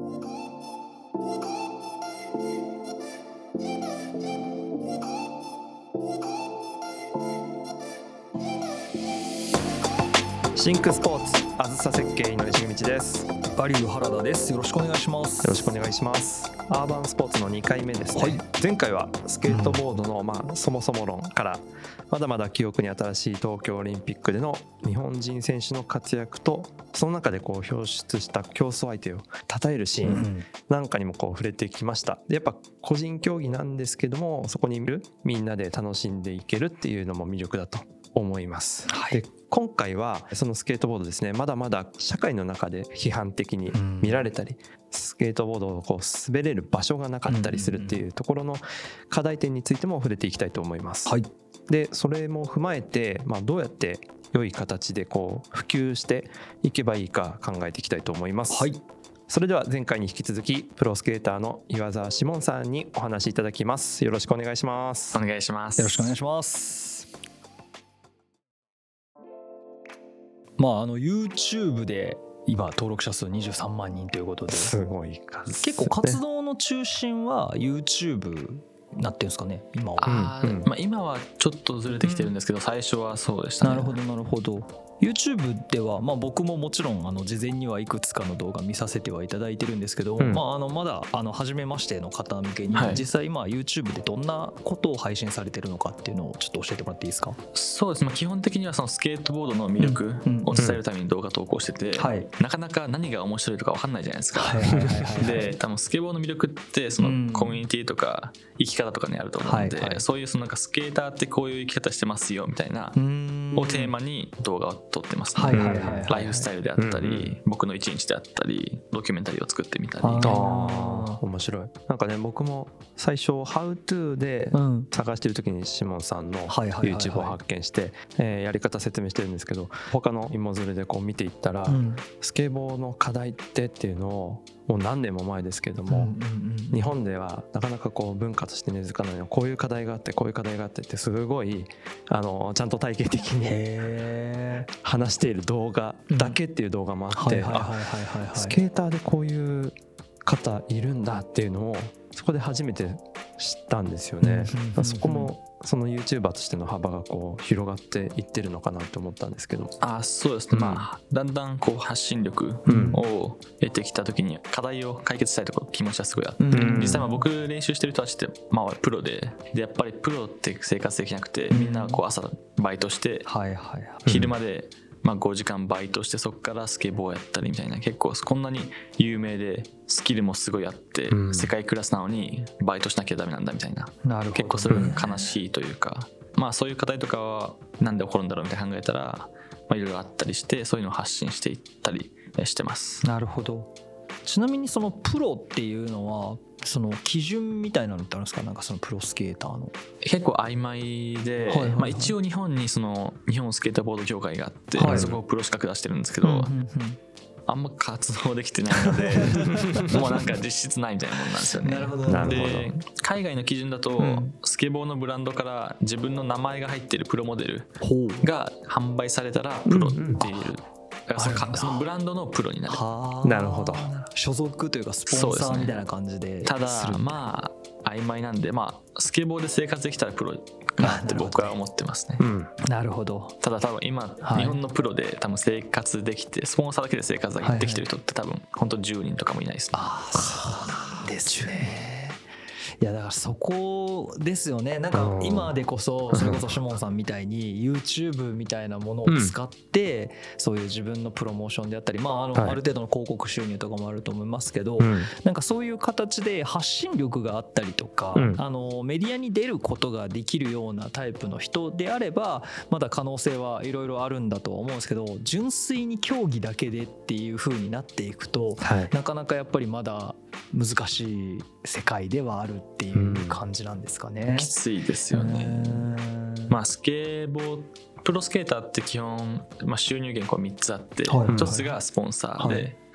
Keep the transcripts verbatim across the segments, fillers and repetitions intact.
シンクスポーツあずさ設計井上重道です。 バリュー原田です。よろしくお願いします。 よろしくお願いします。アーバンスポーツのにかいめですね、はい、前回はスケートボードの、まあ、そもそも論からまだまだ記憶に新しい東京オリンピックでの日本人選手の活躍とその中でこう表出した競争相手を称えるシーンなんかにもこう触れてきました。でやっぱ個人競技なんですけども、そこにいるみんなで楽しんでいけるっていうのも魅力だと思います、はい、で今回はそのスケートボードですね、まだまだ社会の中で批判的に見られたり、スケートボードをこう滑れる場所がなかったりするっていうところの課題点についても触れていきたいと思います、はい、でそれも踏まえて、まあ、どうやって良い形でこう普及していけばいいか考えていきたいと思います、はい、それでは前回に引き続きプロスケーターの岩澤志門さんにお話しいただきます。よろしくお願いします。 お願いします。 よろしくお願いします。まあ、あの YouTube で今登録者数にじゅうさんまんにんということで、 すごい数、ね、 結構活動の中心は YouTube なってるんですかね今は。 あ、うんうん、まあ、今はちょっとずれてきてるんですけど、うん、最初はそうでしたね。 なるほどなるほど。YouTube では、まあ、僕ももちろんあの事前にはいくつかの動画見させてはいただいてるんですけど、うん、まあ、あのまだあの初めましての方向けに、はい、実際今 YouTube でどんなことを配信されてるのかっていうのをちょっと教えてもらっていいですか。 そうですね、まあ、基本的にはそのスケートボードの魅力を伝えるために動画投稿してて、うんうん、なかなか何が面白いとか分かんないじゃないですか。で多分スケボーの魅力ってそのコミュニティとか生き方とかにあると思うので、はいはい、そういうそのなんかスケーターってこういう生き方してますよみたいなをテーマに動画を撮ってますね。はいはいはいはい、ライフスタイルであったり、うんうん、僕の一日であったりドキュメンタリーを作ってみたり。ああ面白い。なんかね僕も最初 How to で探してる時にシモンさんの YouTube を発見してやり方説明してるんですけど、他の芋づるでこう見ていったら、うん、スケボーの課題ってっていうのをもう何年も前ですけども、うんうんうん、日本ではなかなかこう文化として根付かないのこういう課題があってこういう課題があってってすごいあのちゃんと体系的に話している動画だけっていう動画もあって、スケーターでこういう方いるんだっていうのをそこで初めて知ったんですよね。そこもその YouTuber としての幅がこう広がっていってるのかなと思ったんですけど。 あ、そうですね、うん、まあだんだんこう発信力を得てきた時に課題を解決したいところ気持ちはすごいあって、うん、実際まあ僕練習してる人たちってまあプロででやっぱりプロって生活できなくて、みんなこう朝バイトして昼までまあごじかんバイトしてそこからスケボーやったりみたいな、結構こんなに有名でスキルもすごいあって、うん、世界クラスなのにバイトしなきゃダメなんだみたいな、なるほど、結構それが悲しいというか、まあそういう課題とかはなんで起こるんだろうみたいな考えたら、まあいろいろあったりしてそういうのを発信していったりしてます。 なるほど。ちなみにそのプロっていうのはその基準みたいなのってあるんですか。なんかそのプロスケーターの結構曖昧で、はいはいはい、まあ、一応日本にその日本スケートボード協会があって、はい、そこをプロ資格出してるんですけど、うんうんうん、あんま活動できてないのでもうなんか実質ないみたいなもんなんですよね。 なるほど。 で海外の基準だと、うん、スケボーのブランドから自分の名前が入ってるプロモデルが販売されたらプロっていう、うんうん、そのブランドのプロになる。 なるほど。 所属というかスポンサーみたいな感じで、 ね、ただまあ曖昧なんで、まあスケボーで生活できたらプロかなって僕は思ってますね。うん、 なるほど。 ただ多分今、はい、日本のプロで多分生活できてスポンサーだけで生活できてる人って多分本当じゅうにんとかもいないですね。 ああ、そうなんですね。いやだからそこですよね。なんか今でこそそれこそシモンさんみたいに YouTube みたいなものを使ってそういう自分のプロモーションであったり、まああのある程度の広告収入とかもあると思いますけど、なんかそういう形で発信力があったりとか、あのメディアに出ることができるようなタイプの人であればまだ可能性はいろいろあるんだとは思うんですけど、純粋に競技だけでっていう風になっていくと、なかなかやっぱりまだ難しい世界ではあるっていう感じなんですかね。 うん、きついですよね。まあスケボープロスケーターって基本、まあ、収入源こうみっつあって、はいはい、ひとつがスポンサーで、はい、ふ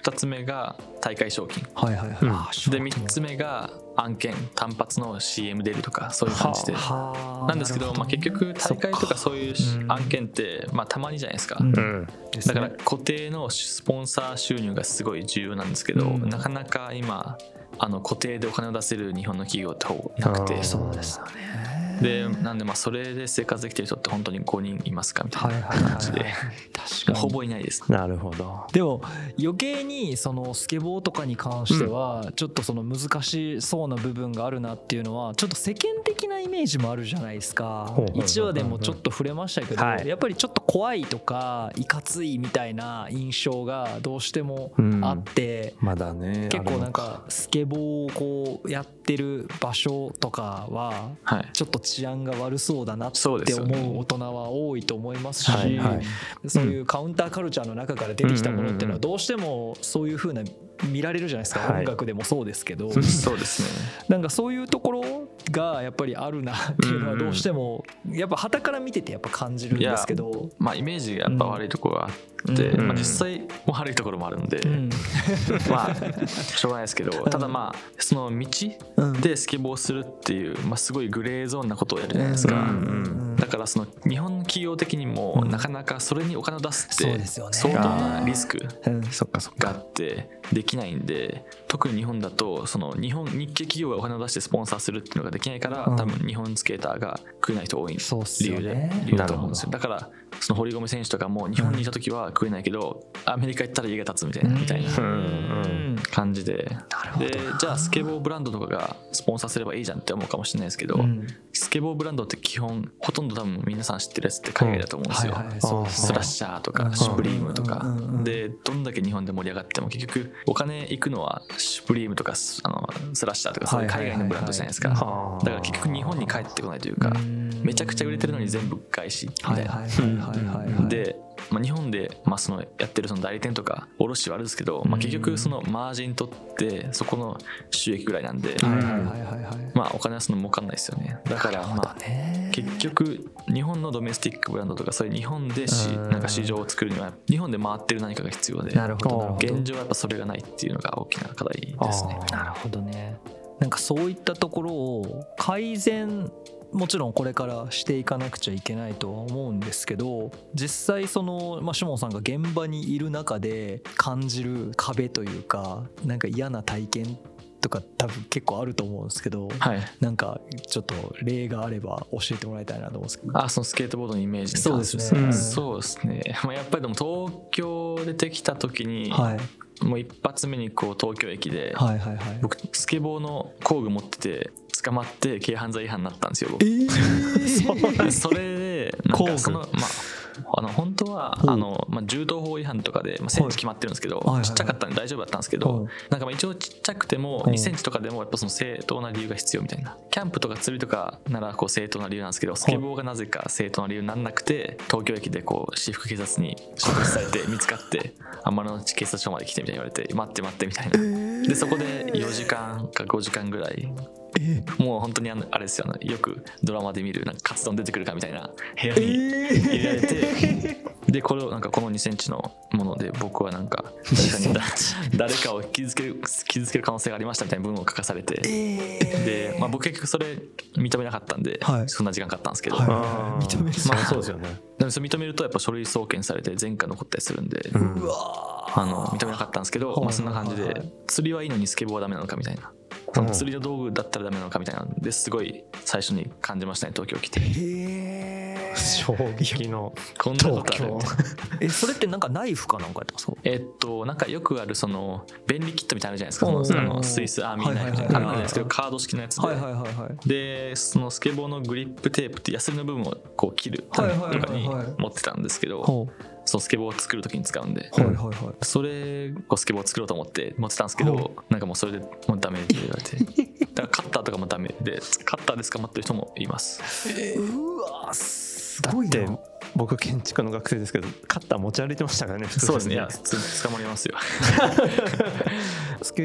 たつめが大会賞金、 はいはいはい、 うんあーでみっつめが案件単発の シーエム 出るとかそういう感じではあなんですけど、まあ、結局大会とかそういうしうん案件ってまあたまにじゃないですか、 うんうんですねだから固定のスポンサー収入がすごい重要なんですけど、 うんなかなか今あの固定でお金を出せる日本の企業ってほぼなくて、 あーそうですよね。 でなんでまあそれで生活できてる人って本当にごにんいますかみたいな感じで、 確かにほぼいないです。 なるほど。 でも余計にそのスケボーとかに関してはちょっとその難しそうな部分があるなっていうのはちょっと世間的なイメージもあるじゃないですか。 ほうほうほうほういちわでもちょっと触れましたけど、 はいやっぱりちょっと怖いとかいかついみたいな印象がどうしてもあって、 まだね結構なんあるのかスケボーをこうやってる場所とかははい、 ちょっと治安が悪そうだなってそうですよね思う大人は多いと思いますし、 はいはいそういうカウンターカルチャーの中から出てきたものっていうのはどうしてもそういう風な見られるじゃないですか、 はい音楽でもそうですけど、 そうですね。 なんかそういうところがやっぱりあるなっていうのはどうしてもやっぱ傍から見ててやっぱ感じるんですけど、 まあイメージがやっぱ悪いところがあって、 うんまあ、実際も悪いところもあるんで、 うんまあしょうがないですけど、ただまあその道うんでスケボーするっていう、まあ、すごいグレーゾーンなことをやるじゃないですか、 うんだからその日本の企業的にもうんなかなかそれにお金を出すってそうですよね相当なリスクうんそっかそっか。 があってできないんで、特に日本だとその日本日系企業がお金を出してスポンサーするっていうのができないから、 うん多分日本スケーターが食えない人多いそうっす理由でよね理由だと思うんですよ。だからその堀米選手とかも日本にいた時は食えないけど、アメリカ行ったら家が立つみたいなみたいなうん感じで、 なるほどでじゃあスケボーブランドとかがスポンサーすればいいじゃんって思うかもしれないですけど、 うんスケボーブランドって基本ほとんど多分皆さん知ってるやつって海外だと思うんですよ、 はいはいそうですねスラッシャーとうんかシュプリームとか、 うんうんうんでどんだけ日本で盛り上がっても結局お金いくのはシュプリームとかスあのスラッシャーとかそういう海外のブランドじゃないですか、 はいだはあから結局日本に帰ってこないというか、めちゃくちゃ売れてるのに全部外資みたいな、 はいはいはいはいはいで、まあ、日本で、まあ、そのやってるその代理店とか卸はあるんですけど、まあ、結局そのマージン取ってそこの収益ぐらいなんで、 はいはいはいはいはいまあお金はその儲かんないですよね。だからまあね結局日本のドメスティックブランドとかそういう日本でしうんなんか市場を作るには日本で回ってる何かが必要で、 なるほどなるほど現状はやっぱそれがないっていうのが大きな課題ですね。 なるほどね。なんかそういったところを改善もちろんこれからしていかなくちゃいけないとは思うんですけど、実際その、まあ、シモンさんが現場にいる中で感じる壁というかなんか嫌な体験とか多分結構あると思うんですけど、 はい。 なんかちょっと例があれば教えてもらいたいなと思うんですけど。 あ、そのスケートボードのイメージに関してそうですねうんそうですね。まあやっぱりでも東京出てきた時に、 はいもう一発目にこう東京駅で、 はいはいはい。 僕スケボーの工具持ってて捕まって軽犯罪違反になったんですよ僕。 えーそれでなん工具かそのまああの本当はほうあの、まあ、銃刀法違反とかで、まあ、センチ決まってるんですけど、 はいはいはいちっちゃかったんで大丈夫だったんですけうどんなんかまあ一応ちっちゃくてもうんにセンチとかでもやっぱその正当な理由が必要みたいな、キャンプとか釣りとかならこう正当な理由なんですけどスケボーがなぜか正当な理由にならなくて東京駅でこう私服警察に触発されて見つかって天の内警察署まで来てみたいに言われて待って待ってみたいなでそこでよじかんかごじかんぐらいもう本当にあのあれですよ、あのよくドラマで見るなんかカツ丼出てくるかみたいな部屋に入れられて、でこれをなんかこのにセンチのもので僕はなんか誰かにだ誰かを傷つける傷つける可能性がありましたみたいな文を書かされて、で、まあ、僕結局それ認めなかったんで、 はいそんな時間かかったんですけど、 はいあー認めるまあそうですよね。 でもそれ認めるとやっぱ書類送検されて前科残ったりするんで、 うんうわあの認めなかったんですけど、 はいまあ、そんな感じはいはいで釣りはいいのにスケボーはダメなのかみたいな、その釣りの道具だったらダメなのかみたいなんですごい最初に感じましたね東京来て。 へー衝撃のこんなことあるみたいな。 えそれってなんかナイフかなんかやってますか？ えっとなんかよくあるその便利キットみたいなのあるじゃないですか、 うんそのあのスイスアーミーナイフみたいなはいはいはいはいあるんですけどカード式のやつで、 はいはいはいはいでそのスケボーのグリップテープってヤスリの部分をこう切るとはいはいはいはいかに持ってたんですけど、 ほそのスケボーを作る時に使うんで、 うはいはいはいそれこうスケボーを作ろうと思って持ってたんですけど、なんかもうそれでもうダメって言われてだからカッターとかもダメでカッターで捕まってる人もいます。 うわすごいでな。 僕建築の学生ですけどカッター持ち歩いてましたからね普通に。 そうですね、いや普通に捕まりますよ。 スケー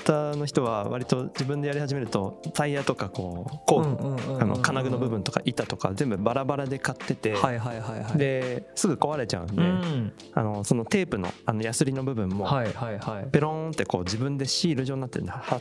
ターの人は割と自分でやり始めるとタイヤとかこう工具、あの金具の部分とか板とか全部バラバラで買ってて、 はいはいはいはい、 ですぐ壊れちゃうんで、うん、あのそのテープのあのヤスリの部分もペロンってこう自分でシール状になってるの貼って、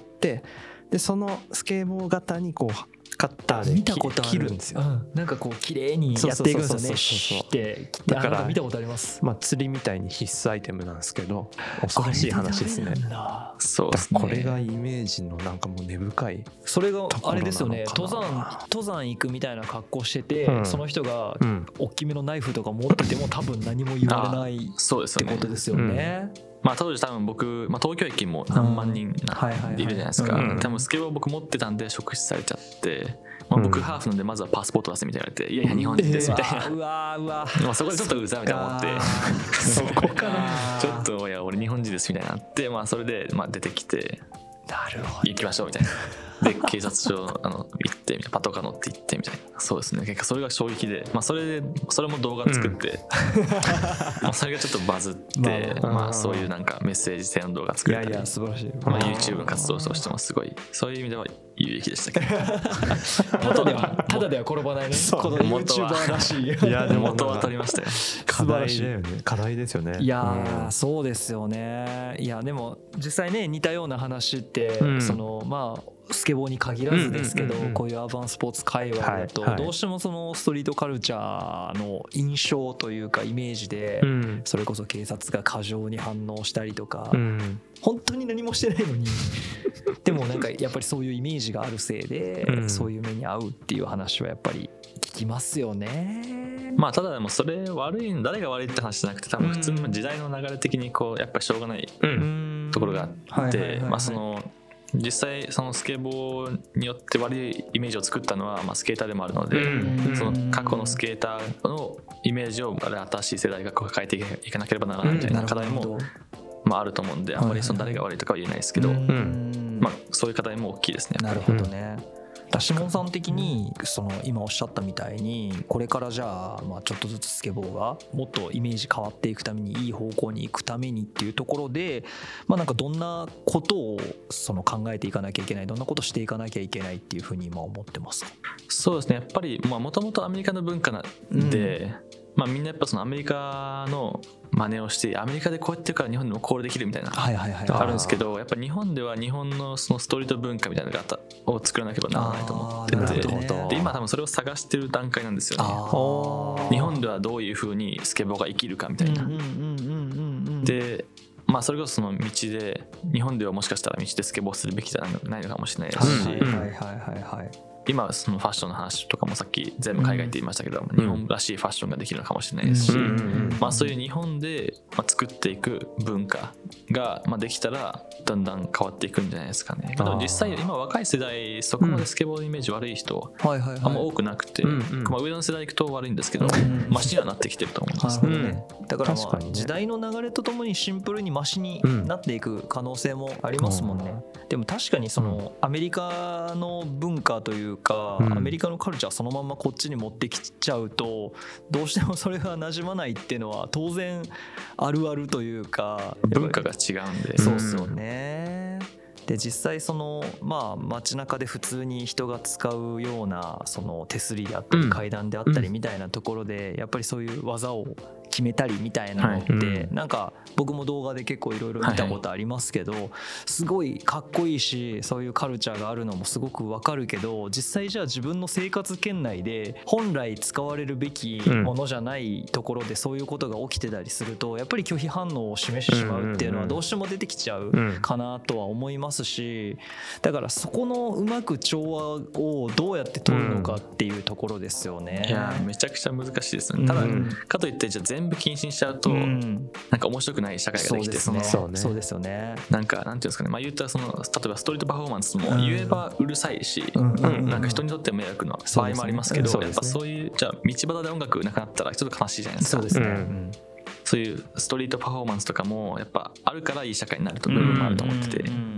でそのスケボー型にこうカッターで見たことある切るんですよ、うん、 なんかこう綺麗にやっていくんですよね。シュッて切って、だから見たことあります。 まあ釣りみたいに必須アイテムなんですけど、恐ろしい話ですね。 そうですね。 これがイメージのなんかもう根深い。 それがあれですよね。登山登山行くみたいな格好してて、うん、その人が大きめのナイフとか持ってても多分何も言われないってことですよね。 まあ、当時多分僕、まあ、東京駅も何万人いるじゃないですか。多分スケボー僕持ってたんで職質されちゃって、まあ、僕ハーフなんでまずはパスポート出せみたいな言われて、いやいや日本人ですみたいな、 うわうわまあそこでちょっとうざみたいな思ってそこからちょっといや俺日本人ですみたいなって、まあ、それでまあ出てきて、 なるほど行きましょうみたいな。で警察署あの行ってみたいな、パトカー乗って行ってみたいな。そうですね、結果それが衝撃で、まあ、それでそれも動画作って、うん、まあそれがちょっとバズって、まあ、まあそういうなんかメッセージ性の動画作ったり、いやいや素晴らしい、まあ、YouTube の活動としてもすごいそういう意味では有益でしたけどただではただでは転ばないね、この YouTuber らしい。 いやでも元は取りましたよ。 課題だよね、課題ですよね。 いや、うん、そうですよね。いやでも実際ね似たような話って、うん、そのまあスケボーに限らずですけど、こういうアーバンスポーツ界隈だとどうしてもそのストリートカルチャーの印象というかイメージで、それこそ警察が過剰に反応したりとか、本当に何もしてないのにでもなんかやっぱりそういうイメージがあるせいでそういう目に遭うっていう話はやっぱり聞きますよね。 まあただでもそれ悪い誰が悪いって話じゃなくて、多分普通の時代の流れ的にこうやっぱりしょうがないところがあって、まあその実際そのスケボーによって悪いイメージを作ったのはまあスケーターでもあるので、その過去のスケーターのイメージを新しい世代が変えていかなければならないみたいな課題もまああると思うんで、あんまりその誰が悪いとかは言えないですけど、まあそういう課題も大きいですね。 なるほどね。シモンさん的にその今おっしゃったみたいにこれからじゃあまあちょっとずつスケボーがもっとイメージ変わっていくためにいい方向に行くためにっていうところで、まあなんかどんなことをその考えていかなきゃいけない、どんなことしていかなきゃいけないっていうふうに今思ってますか？ そうですね、やっぱりもともとアメリカの文化なんで、うん、まあみんなやっぱそのアメリカの真似をしてアメリカでこうやってるから日本でもこれできるみたいなあるんですけど、やっぱ日本では日本のそのストリート文化みたいなのを作らなければならないと思ってて、で今多分それを探してる段階なんですよね。日本ではどういう風にスケボーが生きるかみたいな。でまあそれこそその道で日本ではもしかしたら道でスケボーするべきじゃないのかもしれないですし、今そのファッションの話とかもさっき全部海外って言いましたけど、うん、日本らしいファッションができるのかもしれないですし、まあそういう日本で作っていく文化がまあできたらだんだん変わっていくんじゃないですかね。でも実際今若い世代そこまでスケボーのイメージ悪い人あんま多くなくて、まあ上の世代行くと悪いんですけど、マシにはなってきてると思いますね。 だからまあ時代の流れとともにシンプルにマシになっていく可能性もありますもんね。でも確かにそのアメリカの文化というか、うん、アメリカのカルチャーそのままこっちに持ってきちゃうとどうしてもそれが馴染まないっていうのは当然あるあるというか、 文化が違うんで。 そうですよね。で実際そのまあ街中で普通に人が使うようなその手すりであったり階段であったりみたいなところでやっぱりそういう技を決めたりみたいなのってなんか僕も動画で結構いろいろ見たことありますけど、すごいかっこいいしそういうカルチャーがあるのもすごくわかるけど、実際じゃあ自分の生活圏内で本来使われるべきものじゃないところでそういうことが起きてたりするとやっぱり拒否反応を示してしまうっていうのはどうしても出てきちゃうかなとは思いますし、だからそこのうまく調和をどうやって取るのかっていうところですよね。 いやめちゃくちゃ難しいですね。ただかといってじゃあ全部禁止にしちゃうと、うん、なんか面白くない社会ができて、 そうですね、そうですよね。 なんかなんていうんですかね、まあ言ったらその例えばストリートパフォーマンスも言えばうるさいし、うんうん、なんか人にとって迷惑な場合もありますけど、やっぱそういうじゃあ道端で音楽なくなったらちょっと悲しいじゃないですか。 そうですね。うんうんそういうストリートパフォーマンスとかもやっぱあるからいい社会になると部分もあると思ってて、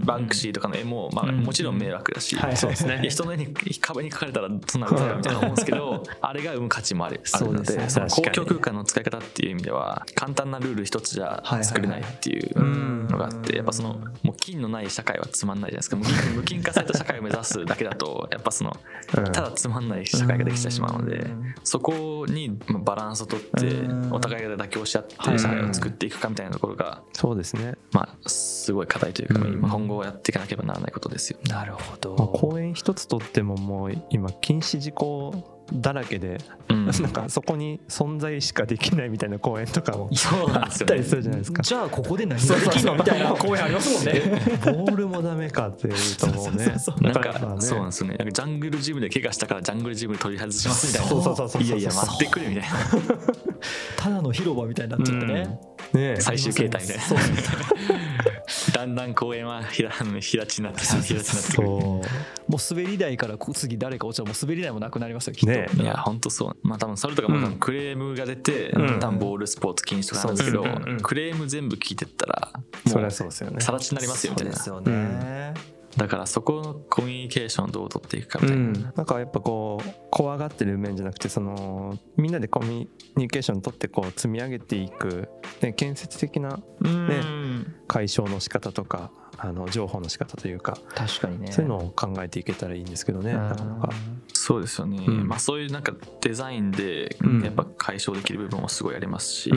バンクシーとかの絵も、まあ、もちろん迷惑だし、 そうですね、 人の絵に壁に描かれたらそんなうざいみたいな思うんですけどあれが生む価値もあるあるので、その公共空間の使い方っていう意味では簡単なルール一つじゃ作れないっていうのがあって、やっぱそのもう金のない社会はつまんないじゃないですか。無金、無金化された社会を目指すだけだとやっぱそのただつまんない社会ができてしまうので、そこにバランスをとってお互いが妥協し合って社会を作っていくかみたいなところが、 そうですね、まあすごい課題というか、今後やっていかなければならないことですよ。 なるほど。 公園一つとってももう今禁止事項だらけで、うん、なんかそこに存在しかできないみたいな公園とかもあったりするじゃないですか。 じゃあここで何ができるのみたいな公園ありますもんね。 ボールもダメかっていうともうね、 なんかそうなんですよね。なんかジャングルジムで怪我したからジャングルジム取り外しますみたいな。そうそうそうそう、いやいや待ってくれみたいな。 ただの広場みたいになっちゃってね。 うん、ね最終形態みたいな。だんだん公園は平平地になって平地になってくる。 もう滑り台から次誰か落ちたらもう滑り台もなくなりますよきっと。 ね、いや本当そう。まあ多分それとかもクレームが出て、うん、多分ボールスポーツ禁止とかなんですけど、うんうんうん、クレーム全部聞いてったらそれはそうですよね。 さら地になりますよみたいな。 そうですよね。 うん、だからそこのコミュニケーションをどう取っていくかみたいな、うん、 なんかやっぱこう怖がってる面じゃなくて、そのみんなでコミュニケーションを取ってこう積み上げていく、ね、建設的な、ね、解消の仕方とかあの情報の仕方というか、 確かにね、 そういうのを考えていけたらいいんですけどね。なかなかそうですよね、うん、まあ、そういうなんかデザインでやっぱ解消できる部分もすごいありますし、うん、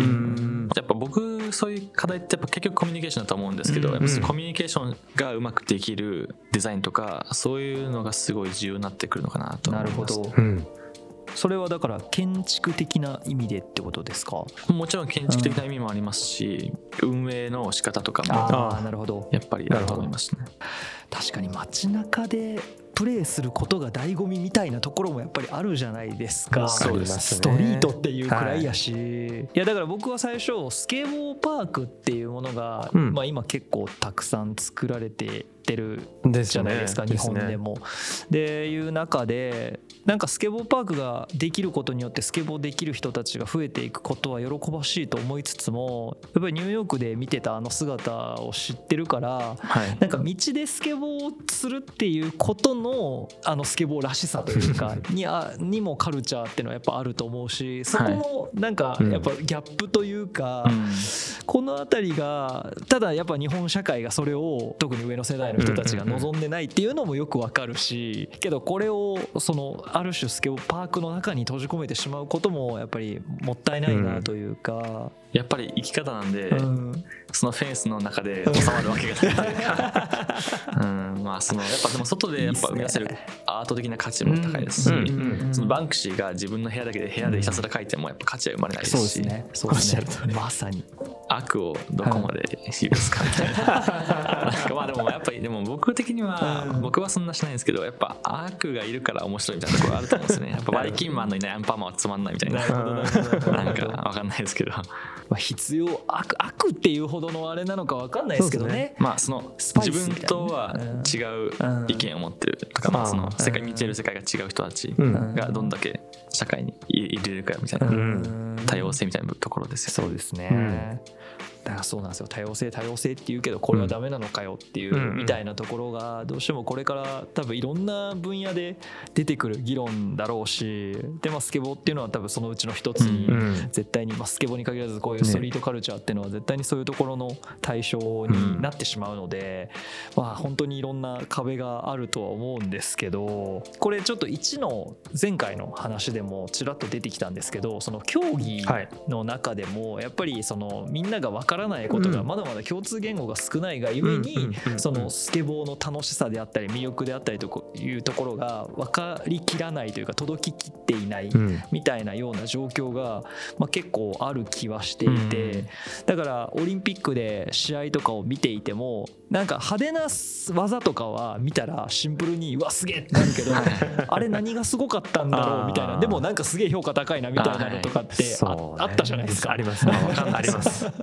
やっぱ僕そういう課題ってやっぱ結局コミュニケーションだと思うんですけど、うん、やっぱコミュニケーションがうまくできるデザインとかそういうのがすごい重要になってくるのかなと思います。 なるほど、うん、それはだから建築的な意味でってことですか？ もちろん建築的な意味もありますし、うん、運営の仕方とかもあなるほどやっぱりあると思いますね。 確かに街中でプレーすることが醍醐味みたいなところもやっぱりあるじゃないですか。 そうですね、 ストリートっていうくらいやし、はい、いやだから僕は最初スケボーパークっていうものが、うん、まあ、今結構たくさん作られててるじゃないですか、日本でも。でいう中でなんかスケボーパークができることによってスケボーできる人たちが増えていくことは喜ばしいと思いつつも、やっぱりニューヨークで見てたあの姿を知ってるから、はい、なんか道でスケボーをするっていうことのあのスケボーらしさというかに, あにもカルチャーっていうのはやっぱあると思うし、そこのなんかやっぱギャップというか、うん、このあたりがただやっぱ日本社会がそれを特に上の世代の人たちが望んでないっていうのもよくわかるし、けどこれをそのある種スケボーパークの中に閉じ込めてしまうこともやっぱりもったいないなというか、うん、 やっぱり生き方なんで、うん、そのフェンスの中で収まるわけがないというか、うん、まあそのやっぱでも外でやっぱ生み出せるアート的な価値も高いですし、そのバンクシーが自分の部屋だけで部屋でひたすら描いてもやっぱ価値は生まれないですし、 そうですね、そうですね、まさに悪をどこまで許すかみたいな、なんかまあでもやっぱりでも僕的には僕はそんなしないんですけど、やっぱ悪がいるから面白いみたいなところあると思うんですよね。やっぱバイキンマンのいないアンパンマンはつまんないみたいな、なんかわかんないですけど、まあ必要悪悪っていうほどのあれなのかわかんないですけどね。 まあその自分とは違う意見を持ってるとか、まあその世界見てる世界が違う人たちがどんだけ社会に入れるかみたいな多様性みたいなところですよね。 そうですね。だからそうなんですよ、多様性多様性って言うけどこれはダメなのかよっていうみたいなところがどうしてもこれから多分いろんな分野で出てくる議論だろうし、でまあスケボーっていうのは多分そのうちの一つに絶対に、まあスケボーに限らずこういうストリートカルチャーっていうのは絶対にそういうところの対象になってしまうので、まあ本当にいろんな壁があるとは思うんですけど、これちょっといちの前回の話でもちらっと出てきたんですけど、その競技の中でもやっぱりそのみんなが分かわからないことがまだまだ共通言語が少ないがゆえに、そのスケボーの楽しさであったり魅力であったりというところが分かりきらないというか届ききっていないみたいなような状況がまあ結構ある気はしていて、だからオリンピックで試合とかを見ていてもなんか派手な技とかは見たらシンプルにうわすげえってなるけどあれ何がすごかったんだろうみたいな、でもなんかすげえ評価高いなみたいなのとかって あ, あったじゃないですか。 ありますね、あります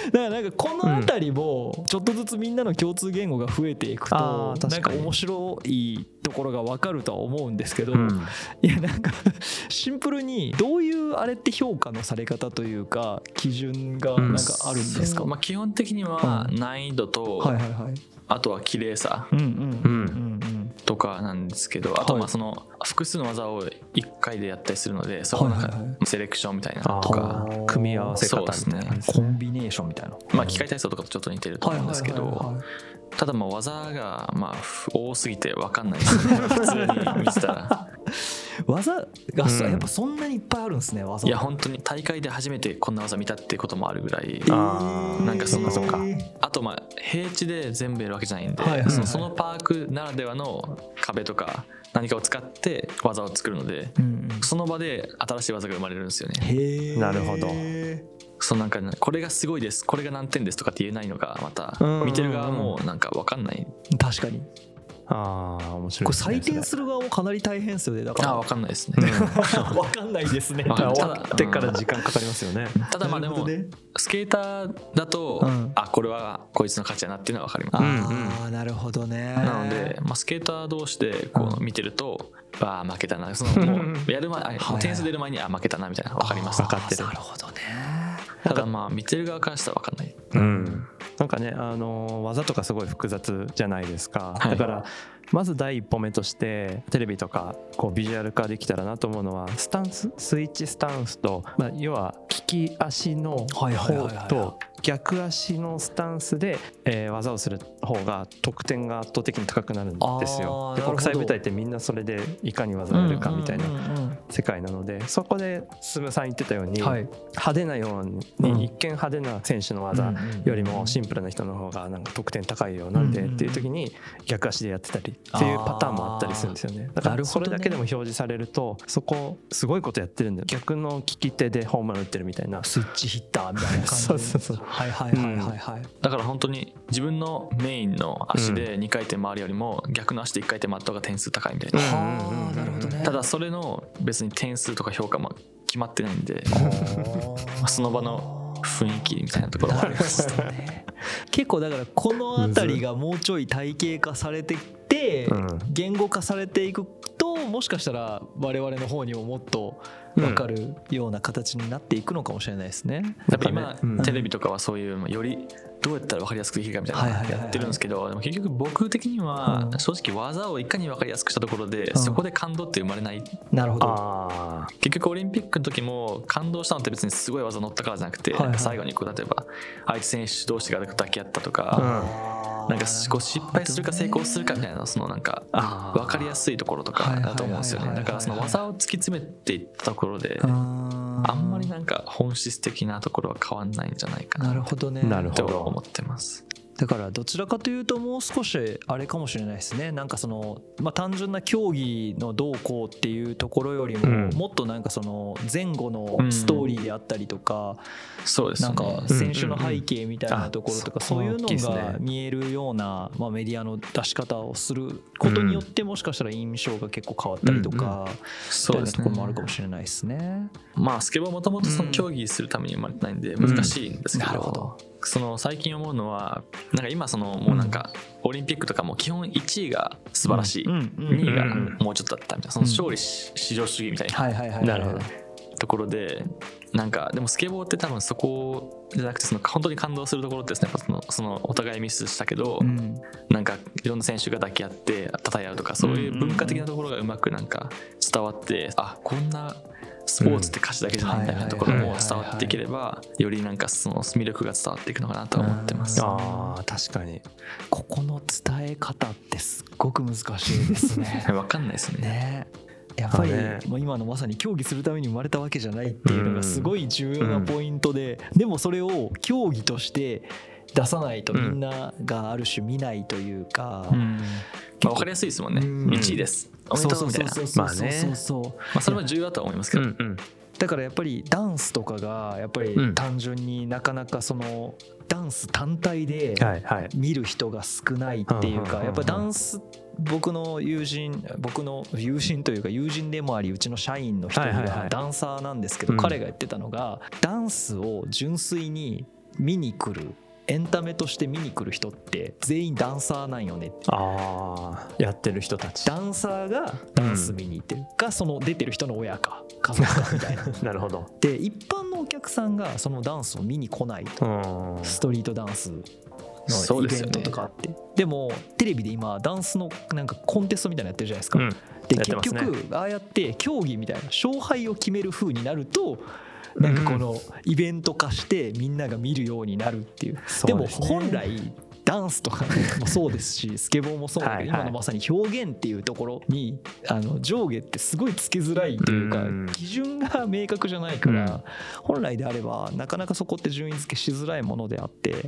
だからなんかこの辺りもちょっとずつみんなの共通言語が増えていくとなんか面白いところが分かるとは思うんですけど、いやなんかシンプルにどういうあれって評価のされ方というか基準がなんかあるんですか？ まあ基本的には難易度とあとは綺麗さとかなんですけど、あとまあその複数の技をいっかいでやったりするので、そこなんかセレクションみたいなとか組み合わせ方みたいなコンビネーションみたいな、 まあ機械体操とかとちょっと似てると思うんですけど、ただまあ技がまあ多すぎて分かんないですね普通に見てたら。 技がやっぱそんなにいっぱいあるんですね、技。 いや本当に大会で初めてこんな技見たっていうこともあるぐらい、なんかそのあとまあ平地で全部やるわけじゃないんで、そのパークならではの壁とか何かを使って技を作るので、その場で新しい技が生まれるんですよね。 へえ、なるほど。 そうなんかこれがすごいです、これが何点ですとかって言えないのがまた見てる側もなんか分かんない。 確かに。 ああ面白いですね。 これ採点する側もかなり大変ですよね。だからあ分かんないですね。 分かんないですね。 終わってから時間かかりますよね。 ただまあでもスケーターだとあこれはこいつの勝ちやなっていうのは分かります。 ああなるほどね。 なのでまあスケーター同士でこう見てるとあ負けたな、そのもうやる前点数出る前にあ負けたなみたいな分かります。 分かってる。なるほどね。 ただまあ見てる側からしたら分かんない。 うん。なんかね、あの技とかすごい複雑じゃないですか、はい、だからまず第一歩目としてテレビとかこうビジュアル化できたらなと思うのはスタンススイッチスタンスと、まあ、要は利き足の方と逆足のスタンスで、えー、技をする方が得点が圧倒的に高くなるんですよ。で国際舞台ってみんなそれでいかに技をやるかみたいな世界なので、そこで進さん言ってたように、はい、派手なように一見派手な選手の技よりもシンプルな人の方がなんか得点高いよなんでっていう時に逆足でやってたりっていうパターンもあったりするんですよね。だからそれだけでも表示されるとそこすごいことやってるんだよ、逆の利き手でホームラン打ってるみたいな、 スイッチヒッターみたいな感じでそうそうそう、はいはいはいはいはい、 だから本当に自分のメインの足でにかい転回るよりも逆の足でいっかい転回った方が点数高いみたいな、 あなるほどね。 ただそれの別に点数とか評価も決まってないんでその場の雰囲気みたいなところもありますね。 結構だからこの辺りがもうちょい体系化されてって言語化されていくと、もしかしたら我々の方にももっと分かるような形になっていくのかもしれないですね。 やっぱ今テレビとかはそういうよりどうやったら分かりやすくできるかみたいなのやってるんですけど、でも結局僕的には正直技をいかに分かりやすくしたところでそこで感動って生まれない。 なるほど。 結局オリンピックの時も感動したのって別にすごい技乗ったからじゃなくて、最後にこう例えば相手選手同士が抱き合ったとか、なんかこう失敗するか成功するかみたいな、そのなんか分かりやすいところとかだと思うんですよね。だからその技を突き詰めていったところであんまりなんか本質的なところは変わんないんじゃないかなと思ってます。 だからどちらかというともう少しあれかもしれないですね。なんかそのまあ単純な競技のどうこうっていうところよりももっとなんかその前後のストーリーであったりとか、なんか選手の背景みたいなところとかそういうのが見えるようなまあメディアの出し方をすることによってもしかしたら印象が結構変わったりとかみたいなところもあるかもしれないですね。 まあスケボーもともとその競技するために生まれてないんで難しいんですけど、 なるほど。 その最近思うのはなんか今そのもうなんかオリンピックとかも基本いちいが素晴らしい、にいがもうちょっとだったみたいな、その勝利至上主義みたいなところで、なんかでもスケボーって多分そこじゃなくてその本当に感動するところってですね、そのそのお互いミスしたけどなんかいろんな選手が抱き合って称え合うとか、そういう文化的なところがうまくなんか伝わって、あこんなスポーツって歌詞だけじゃないみたいなところも伝わっていければよりなんかその魅力が伝わっていくのかなと思ってます。 ああ確かにここの伝え方ってすっごく難しいですね。 分かんないですね。 ねやっぱりもう今のまさに競技するために生まれたわけじゃないっていうのがすごい重要なポイントで、でもそれを競技として出さないとみんながある種見ないというか、 うん、まあ、分かりやすいですもんね。いちいですおめでとうみたいな、 まあね、それも重要だと思いますけど、うんうん、 だからやっぱりダンスとかがやっぱり単純になかなかそのダンス単体で見る人が少ないっていうか、やっぱりダンス僕の友人僕の友人というか友人でもありうちの社員の一人がダンサーなんですけど、彼が言ってたのがダンスを純粋に見に来るエンタメとして見に来る人って全員ダンサーなんよねって。 ああ、やってる人たち、 ダンサーがダンス見に行ってるか、うん、その出てる人の親か家族かみたいななるほど。 で一般のお客さんがそのダンスを見に来ないと、うん、ストリートダンスのイベントとかあって、 で, ね、でもテレビで今ダンスのなんかコンテストみたいなのやってるじゃないですか、うん、で結局、ね、ああやって競技みたいな勝敗を決める風になるとなんかこのイベント化してみんなが見るようになるっていう、うん、でも本来ダンスとかもそうですしスケボーもそうだけど、今のまさに表現っていうところにあの上下ってすごいつけづらいというか、基準が明確じゃないから、本来であればなかなかそこって順位付けしづらいものであって、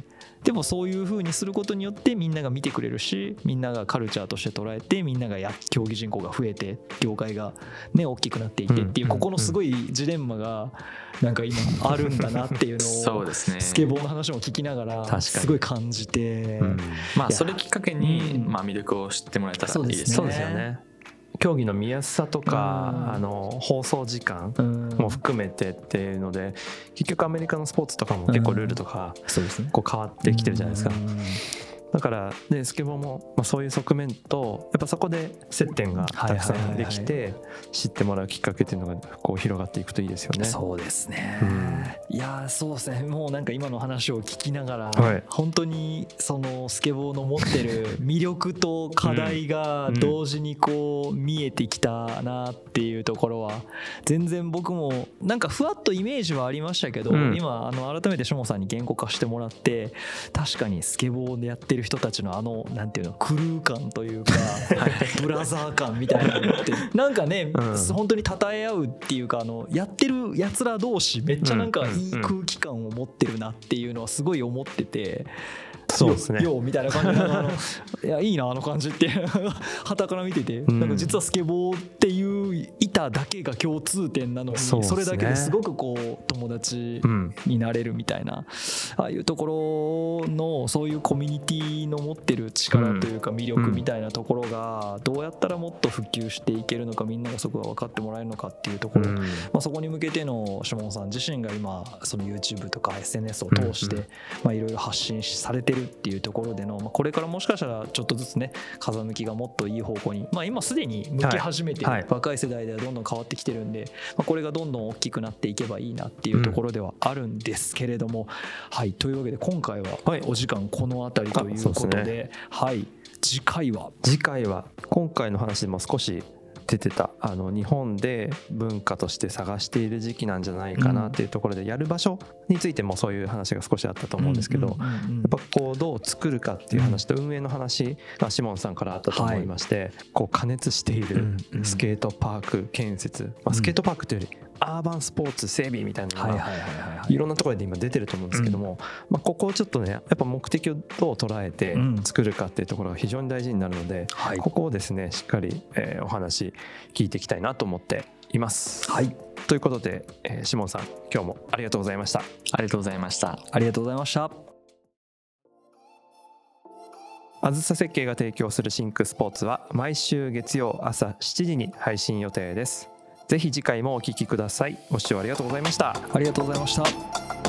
でもそういう風にすることによってみんなが見てくれるし、みんながカルチャーとして捉えて、みんながや競技人口が増えて業界がね大きくなっていってっていう、ここのすごいジレンマがなんか今あるんだなっていうのをスケボーの話も聞きながらすごい感じて、うん、 まあそれきっかけにまあ魅力を知ってもらえたらいいですね。 そうですよね。競技の見やすさとか、あの放送時間も含めてっていうので、結局アメリカのスポーツとかも結構ルールとかこう変わってきてるじゃないですか。だからでスケボーもまあそういう側面とやっぱそこで接点がたくさんできて知ってもらうきっかけっていうのがこう広がっていくといいですよね。 そうですね、うん、いやそうですね。もうなんか今の話を聞きながら、はい、本当にそのスケボーの持ってる魅力と課題が同時にこう見えてきたなっていうところは全然僕もなんかふわっとイメージはありましたけど、うん、今あの改めてしもさんに言語化してもらって確かにスケボーでやってる人たちのあのなんていうのクルー感というかブラザー感みたいなのってなんかね、うん、本当に称え合うっていうか、あのやってるやつら同士めっちゃなんかいい空気感を持ってるなっていうのはすごい思ってて、 そうですね、 ようみたいな感じであのいやいいなあの感じって傍から見てて、なんか実はスケボーっていう板だけが共通点なのに、それだけですごくこう友達になれるみたいな、ああいうところのそういうコミュニティの持ってる力というか魅力みたいなところがどうやったらもっと普及していけるのか、みんながそこが分かってもらえるのかっていうところ、まあそこに向けてのしもんさん自身が今その YouTube とか エスエヌエス を通してまあいろいろ発信されてるっていうところでの、まあ、これからもしかしたらちょっとずつね風向きがもっといい方向に、まあ、今すでに向き始めて、はいはい、若い世代ではどんどん変わってきてるんで、まあ、これがどんどん大きくなっていけばいいなっていうところではあるんですけれども、うん、はいというわけで今回はお時間この辺りということで、はいね、はい次回は次回は今回の話でも少し出てたあの日本で文化として探している時期なんじゃないかなっていうところで、やる場所についてもそういう話が少しあったと思うんですけど、やっぱこうどう作るかっていう話と運営の話がシモンさんからあったと思いまして、こう加熱しているスケートパーク建設、まあスケートパークというよりアーバンスポーツ整備みたいなのがいろんなところで今出てると思うんですけども、まあここをちょっとねやっぱ目的をどう捉えて作るかっていうところが非常に大事になるので、ここをですねしっかりえお話聞いていきたいなと思っています。 はい、 ということで、えー、シモンさん今日もありがとうございました。 ありがとうございました。 ありがとうございました。 あずさ設計が提供するシンクスポーツは毎週月曜朝しちじに配信予定です。ぜひ次回もお聞きください。ご視聴ありがとうございました。 ありがとうございました。